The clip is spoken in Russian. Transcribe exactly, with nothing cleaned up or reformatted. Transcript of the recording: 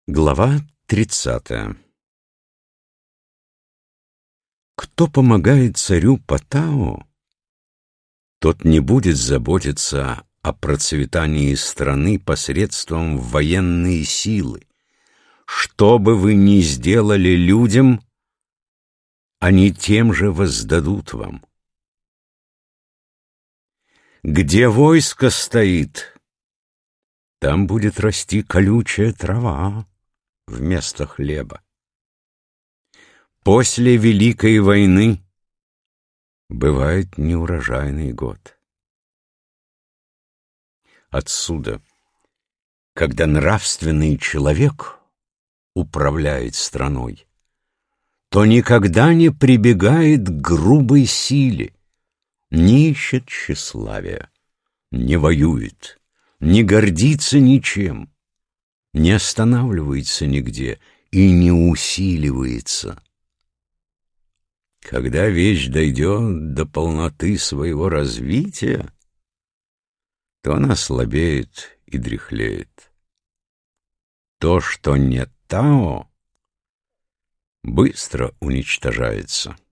Глава тридцатая. Кто помогает царю Патау, тот не будет заботиться о процветании страны посредством военной силы. Что бы вы ни сделали людям, они тем же воздадут вам. Где войско стоит, там будет расти колючая трава вместо хлеба. После Великой войны бывает неурожайный год. Отсюда, когда нравственный человек управляет страной, то никогда не прибегает к грубой силе, не ищет тщеславия, не воюет, не гордится ничем, не останавливается нигде и не усиливается. Когда вещь дойдет до полноты своего развития, то она слабеет и дряхлеет. То, что не Тао, быстро уничтожается.